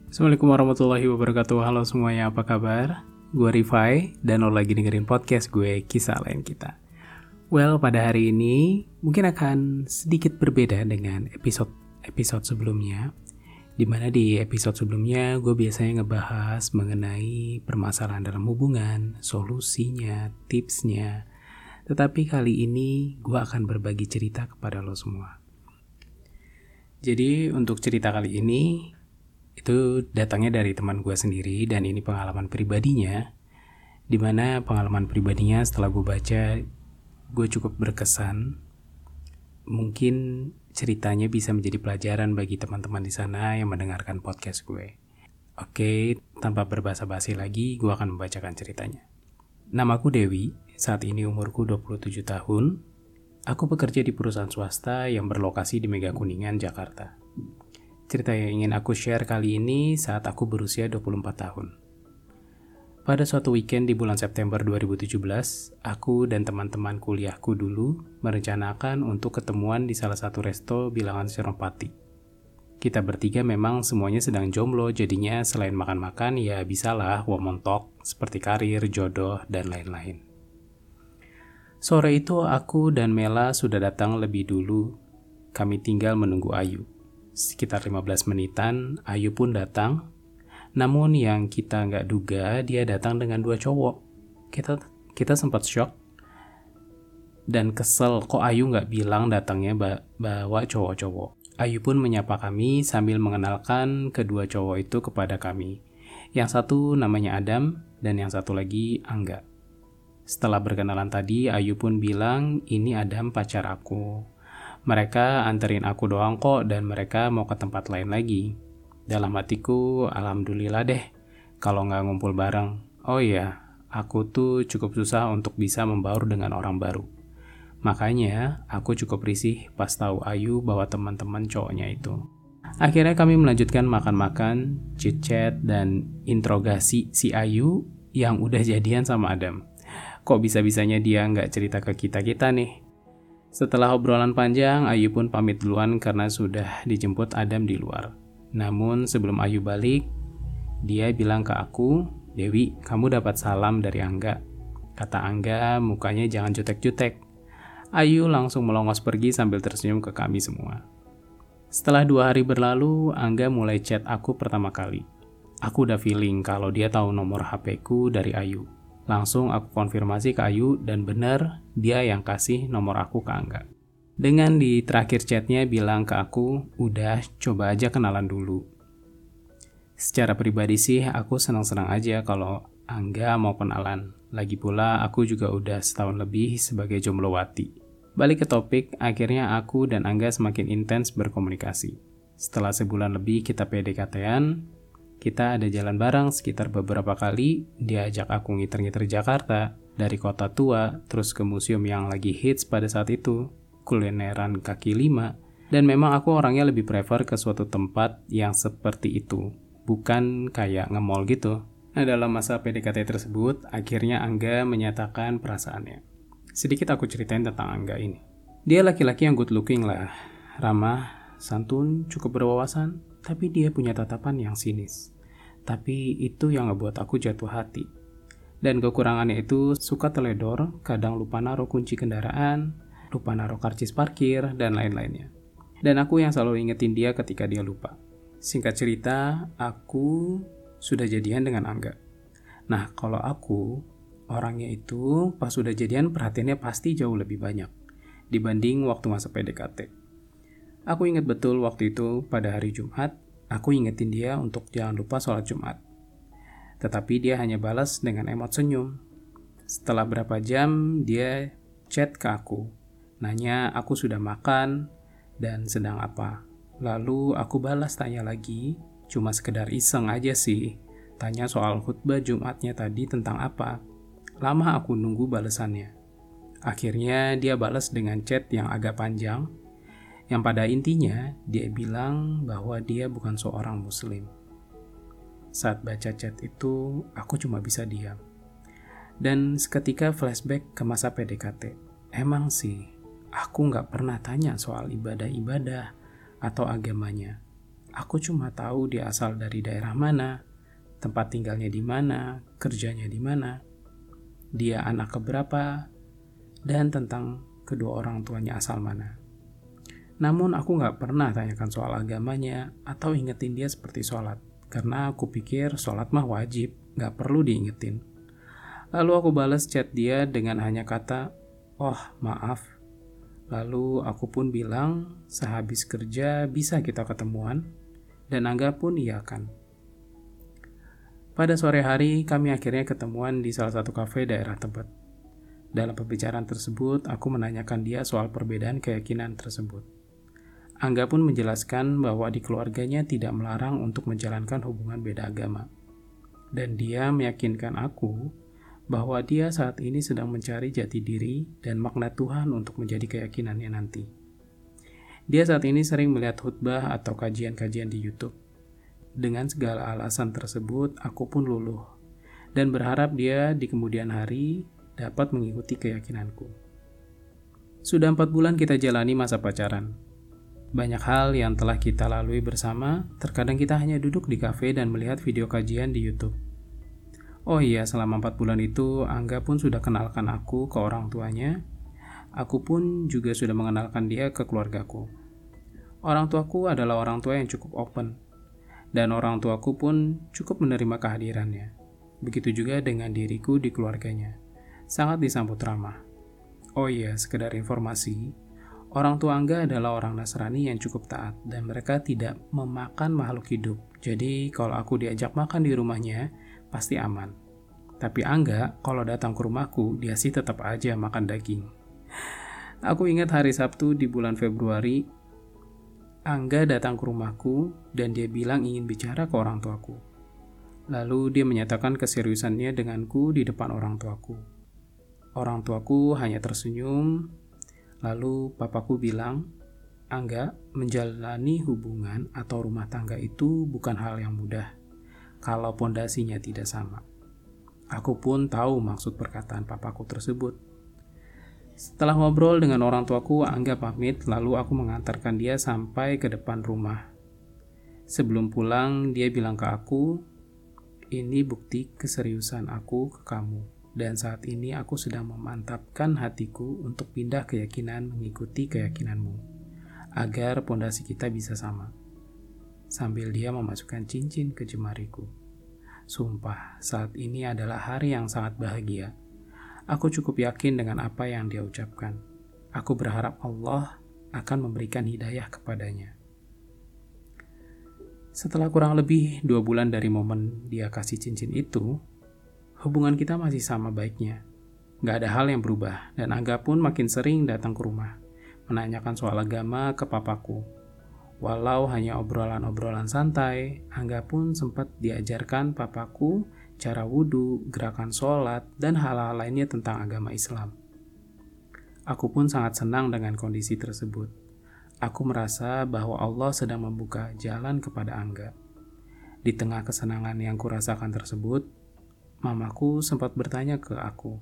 Assalamualaikum warahmatullahi wabarakatuh. Halo semuanya, apa kabar? Gue Rifai, dan lo lagi dengerin podcast gue, Kisah Lain Kita. Well, pada hari ini mungkin akan sedikit berbeda dengan episode sebelumnya, dimana di episode sebelumnya gue biasanya ngebahas mengenai permasalahan dalam hubungan, solusinya, tipsnya. Tetapi kali ini gue akan berbagi cerita kepada lo semua. Jadi untuk cerita kali ini itu datangnya dari teman gue sendiri, dan ini pengalaman pribadinya, dimana pengalaman pribadinya setelah gue baca, gue cukup berkesan. Mungkin ceritanya bisa menjadi pelajaran bagi teman-teman di sana yang mendengarkan podcast gue. Oke, tanpa berbasa-basi lagi, gue akan membacakan ceritanya. Namaku Dewi, saat ini umurku 27 tahun. Aku bekerja di perusahaan swasta yang berlokasi di Mega Kuningan, Jakarta. Cerita yang ingin aku share kali ini saat aku berusia 24 tahun. Pada suatu weekend di bulan September 2017, aku dan teman-teman kuliahku dulu merencanakan untuk ketemuan di salah satu resto bilangan Senopati. Kita bertiga memang semuanya sedang jomblo, jadinya selain makan-makan ya bisalah woman talk seperti karir, jodoh, dan lain-lain. Sore itu aku dan Mela sudah datang lebih dulu. Kami tinggal menunggu Ayu. Sekitar 15 menitan, Ayu pun datang. Namun yang kita nggak duga, dia datang dengan 2 cowok. Kita sempat shock dan kesel kok Ayu nggak bilang datangnya bawa cowok-cowok. Ayu pun menyapa kami sambil mengenalkan kedua cowok itu kepada kami. Yang satu namanya Adam dan yang satu lagi Angga. Setelah berkenalan tadi, Ayu pun bilang ini Adam pacar aku. Mereka anterin aku doang kok dan mereka mau ke tempat lain lagi. Dalam hatiku, alhamdulillah deh kalau nggak ngumpul bareng. Oh iya, aku tuh cukup susah untuk bisa membaur dengan orang baru. Makanya aku cukup risih pas tahu Ayu bawa teman-teman cowoknya itu. Akhirnya kami melanjutkan makan-makan, chit-chat, dan interogasi si Ayu yang udah jadian sama Adam. Kok bisa-bisanya dia nggak cerita ke kita-kita nih? Setelah obrolan panjang, Ayu pun pamit duluan karena sudah dijemput Adam di luar. Namun sebelum Ayu balik, dia bilang ke aku, "Dewi, kamu dapat salam dari Angga." Kata Angga, mukanya jangan jutek-jutek. Ayu langsung melongos pergi sambil tersenyum ke kami semua. Setelah 2 hari berlalu, Angga mulai chat aku pertama kali. Aku udah feeling kalau dia tahu nomor HP-ku dari Ayu. Langsung aku konfirmasi ke Ayu dan benar dia yang kasih nomor aku ke Angga. Dengan di terakhir chatnya bilang ke aku, udah coba aja kenalan dulu. Secara pribadi sih aku senang-senang aja kalau Angga mau kenalan. Lagi pula aku juga udah setahun lebih sebagai jomblowati. Balik ke topik, akhirnya aku dan Angga semakin intens berkomunikasi. Setelah sebulan lebih kita PDKT-an, kita ada jalan bareng sekitar beberapa kali. Dia ajak aku ngiter-ngiter Jakarta, dari kota tua, terus ke museum yang lagi hits pada saat itu, kulineran kaki lima, dan memang aku orangnya lebih prefer ke suatu tempat yang seperti itu, bukan kayak nge-mall gitu. Nah, dalam masa PDKT tersebut, akhirnya Angga menyatakan perasaannya. Sedikit aku ceritain tentang Angga ini. Dia laki-laki yang good looking lah, ramah, santun, cukup berwawasan, tapi dia punya tatapan yang sinis. Tapi itu yang ngebuat aku jatuh hati. Dan kekurangannya itu suka teledor, kadang lupa naruh kunci kendaraan, lupa naruh karcis parkir, dan lain-lainnya. Dan aku yang selalu ingetin dia ketika dia lupa. Singkat cerita, aku sudah jadian dengan Angga. Nah, kalau aku, orangnya itu pas sudah jadian perhatiannya pasti jauh lebih banyak dibanding waktu masa PDKT. Aku ingat betul waktu itu pada hari Jumat, aku ingetin dia untuk jangan lupa sholat Jumat. Tetapi dia hanya balas dengan emot senyum. Setelah berapa jam, dia chat ke aku. Nanya aku sudah makan dan sedang apa. Lalu aku balas tanya lagi, cuma sekedar iseng aja sih. Tanya soal khutbah Jumatnya tadi tentang apa. Lama aku nunggu balasannya. Akhirnya dia balas dengan chat yang agak panjang, yang pada intinya dia bilang bahwa dia bukan seorang muslim. Saat baca chat itu, aku cuma bisa diam. Dan seketika flashback ke masa PDKT. Emang sih, aku nggak pernah tanya soal ibadah-ibadah atau agamanya. Aku cuma tahu dia asal dari daerah mana, tempat tinggalnya di mana, kerjanya di mana, dia anak keberapa, dan tentang kedua orang tuanya asal mana. Namun aku gak pernah tanyakan soal agamanya atau ingetin dia seperti sholat, karena aku pikir sholat mah wajib, gak perlu diingetin. Lalu aku balas chat dia dengan hanya kata, "Oh, maaf." Lalu aku pun bilang, sehabis kerja bisa kita ketemuan, dan Angga pun iyakan. Pada sore hari, kami akhirnya ketemuan di salah satu kafe daerah Tebet. Dalam pembicaraan tersebut, aku menanyakan dia soal perbedaan keyakinan tersebut. Angga pun menjelaskan bahwa di keluarganya tidak melarang untuk menjalankan hubungan beda agama. Dan dia meyakinkan aku bahwa dia saat ini sedang mencari jati diri dan makna Tuhan untuk menjadi keyakinannya nanti. Dia saat ini sering melihat khutbah atau kajian-kajian di YouTube. Dengan segala alasan tersebut, aku pun luluh dan berharap dia di kemudian hari dapat mengikuti keyakinanku. Sudah 4 bulan kita jalani masa pacaran. Banyak hal yang telah kita lalui bersama, terkadang kita hanya duduk di kafe dan melihat video kajian di YouTube. Oh iya, selama 4 bulan itu, Angga pun sudah kenalkan aku ke orang tuanya. Aku pun juga sudah mengenalkan dia ke keluargaku. Orang tuaku adalah orang tua yang cukup open, dan orang tuaku pun cukup menerima kehadirannya. Begitu juga dengan diriku di keluarganya. Sangat disambut ramah. Oh iya, sekedar informasi, orang tua Angga adalah orang Nasrani yang cukup taat, dan mereka tidak memakan makhluk hidup. Jadi, kalau aku diajak makan di rumahnya, pasti aman. Tapi Angga, kalau datang ke rumahku, dia sih tetap aja makan daging. Aku ingat hari Sabtu di bulan Februari, Angga datang ke rumahku dan dia bilang ingin bicara ke orang tuaku. Lalu dia menyatakan keseriusannya denganku di depan orang tuaku. Orang tuaku hanya tersenyum, lalu papaku bilang, "Angga, menjalani hubungan atau rumah tangga itu bukan hal yang mudah kalau pondasinya tidak sama." Aku pun tahu maksud perkataan papaku tersebut. Setelah ngobrol dengan orang tuaku, Angga pamit, lalu aku mengantarkan dia sampai ke depan rumah. Sebelum pulang, dia bilang ke aku, "Ini bukti keseriusan aku ke kamu, dan saat ini aku sedang memantapkan hatiku untuk pindah keyakinan mengikuti keyakinanmu, agar pondasi kita bisa sama." Sambil dia memasukkan cincin ke jemariku. Sumpah, saat ini adalah hari yang sangat bahagia. Aku cukup yakin dengan apa yang dia ucapkan. Aku berharap Allah akan memberikan hidayah kepadanya. Setelah kurang lebih 2 bulan dari momen dia kasih cincin itu, hubungan kita masih sama baiknya. Gak ada hal yang berubah, dan Angga pun makin sering datang ke rumah, menanyakan soal agama ke papaku. Walau hanya obrolan-obrolan santai, Angga pun sempat diajarkan papaku cara wudhu, gerakan sholat, dan hal-hal lainnya tentang agama Islam. Aku pun sangat senang dengan kondisi tersebut. Aku merasa bahwa Allah sedang membuka jalan kepada Angga. Di tengah kesenangan yang kurasakan tersebut, mamaku sempat bertanya ke aku,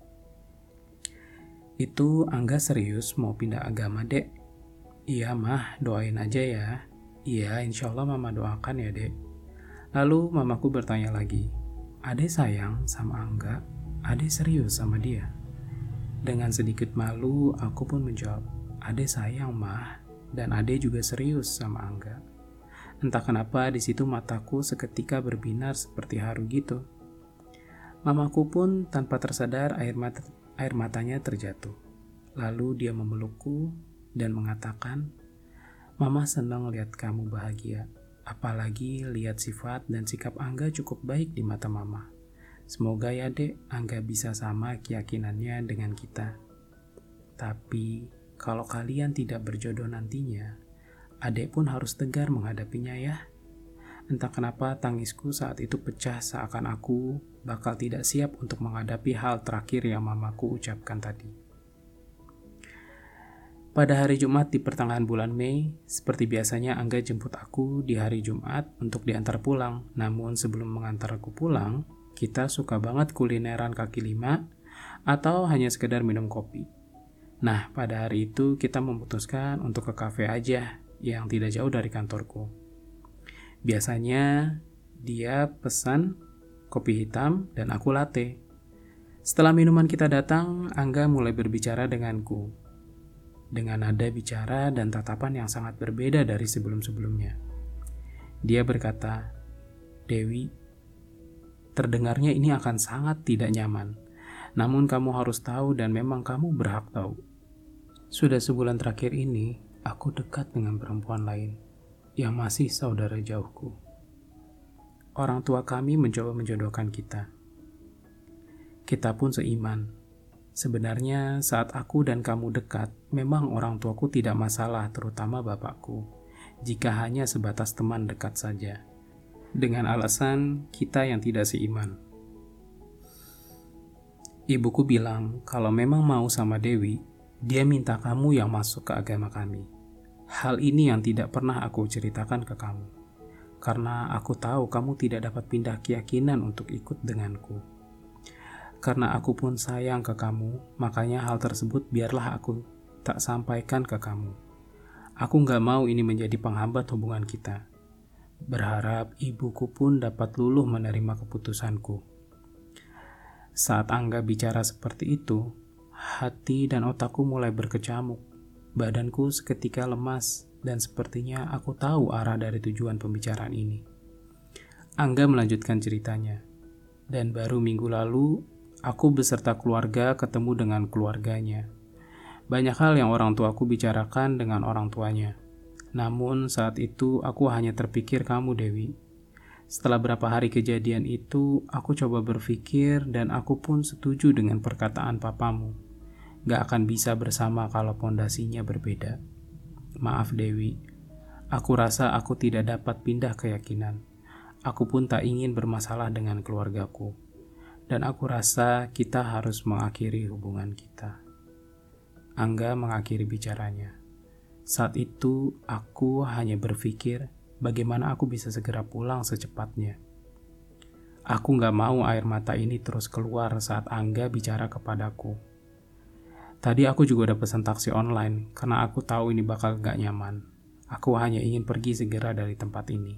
"Itu Angga serius mau pindah agama, Dek?" "Iya mah, doain aja ya." "Iya, insya Allah mama doakan ya dek." Lalu mamaku bertanya lagi, "Ade sayang sama Angga? Ade serius sama dia?" Dengan sedikit malu, aku pun menjawab, "Ade sayang mah, dan Ade juga serius sama Angga." Entah kenapa di situ mataku seketika berbinar seperti haru gitu. Mamaku pun tanpa tersadar air matanya terjatuh. Lalu dia memelukku dan mengatakan, "Mama senang lihat kamu bahagia. Apalagi lihat sifat dan sikap Angga cukup baik di mata Mama. Semoga ya dek, Angga bisa sama keyakinannya dengan kita. Tapi kalau kalian tidak berjodoh nantinya, adek pun harus tegar menghadapinya ya." Entah kenapa tangisku saat itu pecah seakan aku bakal tidak siap untuk menghadapi hal terakhir yang mamaku ucapkan tadi. Pada hari Jumat di pertengahan bulan Mei, seperti biasanya Angga jemput aku di hari Jumat untuk diantar pulang. Namun sebelum mengantar aku pulang, kita suka banget kulineran kaki lima atau hanya sekedar minum kopi. Nah, pada hari itu kita memutuskan untuk ke kafe aja yang tidak jauh dari kantorku. Biasanya dia pesan kopi hitam dan aku latte. Setelah minuman kita datang, Angga mulai berbicara denganku. Dengan nada bicara dan tatapan yang sangat berbeda dari sebelum-sebelumnya. Dia berkata, "Dewi, terdengarnya ini akan sangat tidak nyaman. Namun kamu harus tahu dan memang kamu berhak tahu. Sudah sebulan terakhir ini, aku dekat dengan perempuan lain yang masih saudara jauhku. Orang tua kami mencoba menjodohkan kita. Kita pun seiman. Sebenarnya saat aku dan kamu dekat, memang orang tuaku tidak masalah, terutama bapakku, jika hanya sebatas teman dekat saja. Dengan alasan kita yang tidak seiman. Ibuku bilang kalau memang mau sama Dewi, dia minta kamu yang masuk ke agama kami. Hal ini yang tidak pernah aku ceritakan ke kamu. Karena aku tahu kamu tidak dapat pindah keyakinan untuk ikut denganku. Karena aku pun sayang ke kamu, makanya hal tersebut biarlah aku tak sampaikan ke kamu. Aku gak mau ini menjadi penghambat hubungan kita. Berharap ibuku pun dapat luluh menerima keputusanku." Saat Angga bicara seperti itu, hati dan otakku mulai berkecamuk. Badanku seketika lemas dan sepertinya aku tahu arah dari tujuan pembicaraan ini. Angga melanjutkan ceritanya. Dan baru minggu lalu, aku beserta keluarga ketemu dengan keluarganya. Banyak hal yang orang tuaku bicarakan dengan orang tuanya. Namun saat itu aku hanya terpikir kamu, Dewi. Setelah berapa hari kejadian itu, aku coba berpikir dan aku pun setuju dengan perkataan papamu. Gak akan bisa bersama kalau pondasinya berbeda. Maaf Dewi, aku rasa aku tidak dapat pindah keyakinan. Aku pun tak ingin bermasalah dengan keluargaku. Dan aku rasa kita harus mengakhiri hubungan kita. Angga mengakhiri bicaranya. Saat itu, aku hanya berpikir, bagaimana aku bisa segera pulang secepatnya. Aku gak mau air mata ini terus keluar saat Angga bicara kepadaku. Tadi aku juga udah pesan taksi online, karena aku tahu ini bakal gak nyaman. Aku hanya ingin pergi segera dari tempat ini.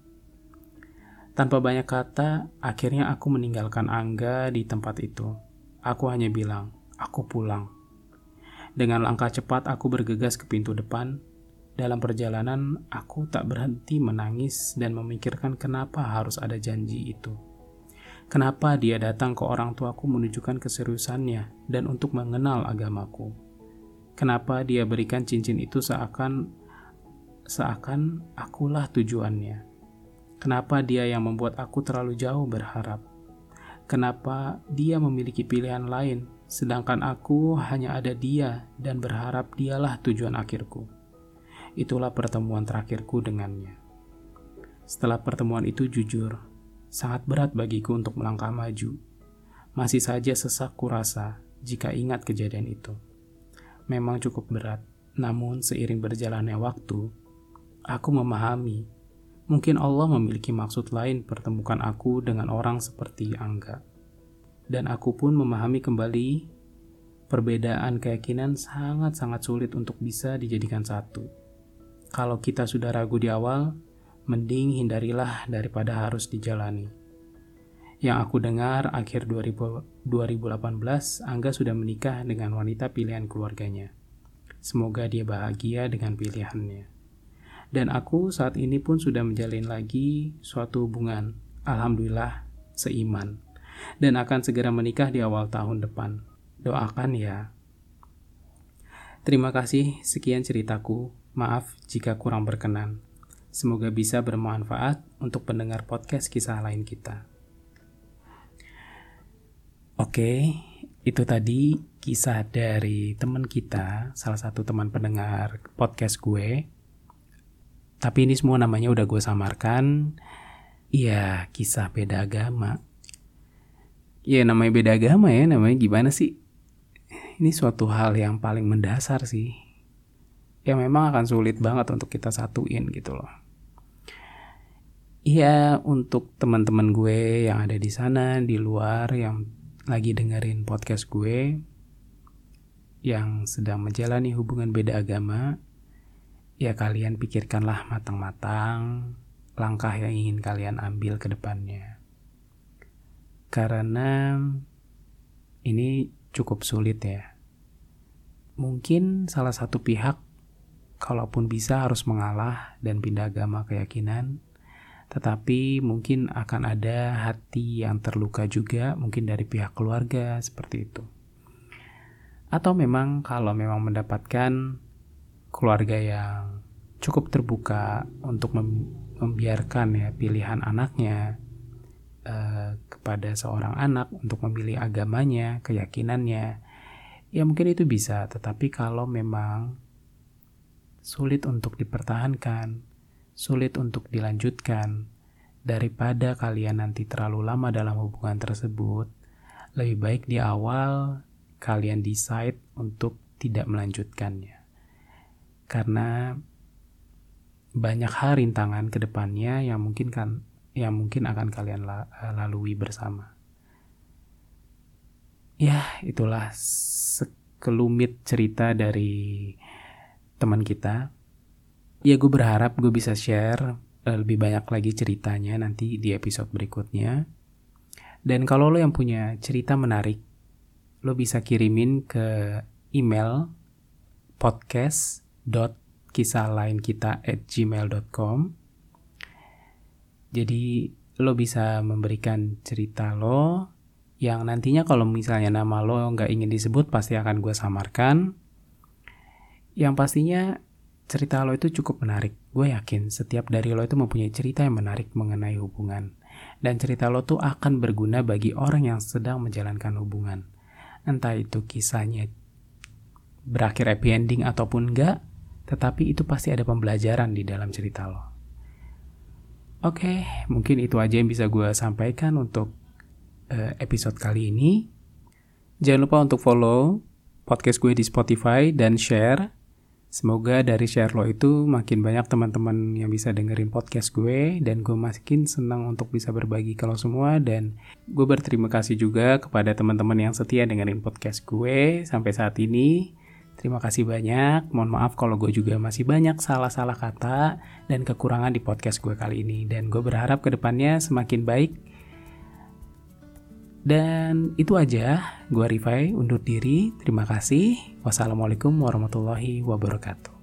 Tanpa banyak kata, akhirnya aku meninggalkan Angga di tempat itu. Aku hanya bilang, aku pulang. Dengan langkah cepat aku bergegas ke pintu depan. Dalam perjalanan, aku tak berhenti menangis dan memikirkan kenapa harus ada janji itu. Kenapa dia datang ke orang tuaku menunjukkan keseriusannya dan untuk mengenal agamaku. Kenapa dia berikan cincin itu seakan akulah tujuannya. Kenapa dia yang membuat aku terlalu jauh berharap. Kenapa dia memiliki pilihan lain, sedangkan aku hanya ada dia dan berharap dialah tujuan akhirku. Itulah pertemuan terakhirku dengannya. Setelah pertemuan itu jujur, sangat berat bagiku untuk melangkah maju. Masih saja sesak kurasa jika ingat kejadian itu. Memang cukup berat, namun seiring berjalannya waktu, aku memahami, mungkin Allah memiliki maksud lain pertemukan aku dengan orang seperti Angga. Dan aku pun memahami kembali, perbedaan keyakinan sangat-sangat sulit untuk bisa dijadikan satu. Kalau kita sudah ragu di awal, mending hindarilah daripada harus dijalani. Yang aku dengar akhir 2018, Angga sudah menikah dengan wanita pilihan keluarganya. Semoga dia bahagia dengan pilihannya. Dan aku saat ini pun sudah menjalin lagi suatu hubungan, alhamdulillah seiman. Dan akan segera menikah di awal tahun depan. Doakan ya. Terima kasih, sekian ceritaku. Maaf jika kurang berkenan. Semoga bisa bermanfaat untuk pendengar podcast kisah lain kita. Oke, itu tadi kisah dari teman kita, salah satu teman pendengar podcast gue. Tapi ini semua namanya udah gue samarkan. Iya, kisah beda agama. Ya namanya beda agama ya, namanya gimana sih? Ini suatu hal yang paling mendasar sih. Yang memang akan sulit banget untuk kita satuin gitu loh. Iya, untuk teman-teman gue yang ada di sana, di luar, yang lagi dengerin podcast gue, yang sedang menjalani hubungan beda agama, ya kalian pikirkanlah matang-matang, langkah yang ingin kalian ambil ke depannya. Karena ini cukup sulit ya. Mungkin salah satu pihak kalaupun bisa harus mengalah dan pindah agama keyakinan, tetapi mungkin akan ada hati yang terluka juga, mungkin dari pihak keluarga seperti itu. Atau memang kalau memang mendapatkan keluarga yang cukup terbuka untuk membiarkan ya pilihan anaknya kepada seorang anak untuk memilih agamanya, keyakinannya, ya mungkin itu bisa. Tetapi kalau memang sulit untuk dipertahankan, sulit untuk dilanjutkan, daripada kalian nanti terlalu lama dalam hubungan tersebut, lebih baik di awal kalian decide untuk tidak melanjutkannya. Karena banyak hal rintangan ke depannya yang mungkin akan kalian lalui bersama. Ya, itulah sekelumit cerita dari teman kita. Ya, gue berharap gue bisa share lebih banyak lagi ceritanya nanti di episode berikutnya. Dan kalau lo yang punya cerita menarik, lo bisa kirimin ke email podcast.kisahlainkita@gmail.com. Jadi lo bisa memberikan cerita lo yang nantinya kalau misalnya nama lo nggak ingin disebut pasti akan gue samarkan. Yang pastinya cerita lo itu cukup menarik. Gue yakin setiap dari lo itu mempunyai cerita yang menarik mengenai hubungan. Dan cerita lo tuh akan berguna bagi orang yang sedang menjalankan hubungan. Entah itu kisahnya berakhir happy ending ataupun enggak, tetapi itu pasti ada pembelajaran di dalam cerita lo. Oke, mungkin itu aja yang bisa gue sampaikan untuk episode kali ini. Jangan lupa untuk follow podcast gue di Spotify dan share. Semoga dari share lo itu makin banyak teman-teman yang bisa dengerin podcast gue, dan gue makin senang untuk bisa berbagi ke lo semua. Dan gue berterima kasih juga kepada teman-teman yang setia dengerin podcast gue sampai saat ini. Terima kasih banyak. Mohon maaf kalau gue juga masih banyak salah-salah kata dan kekurangan di podcast gue kali ini. Dan gue berharap ke depannya semakin baik. Dan itu aja, gue Rifai undur diri. Terima kasih. Wassalamualaikum warahmatullahi wabarakatuh.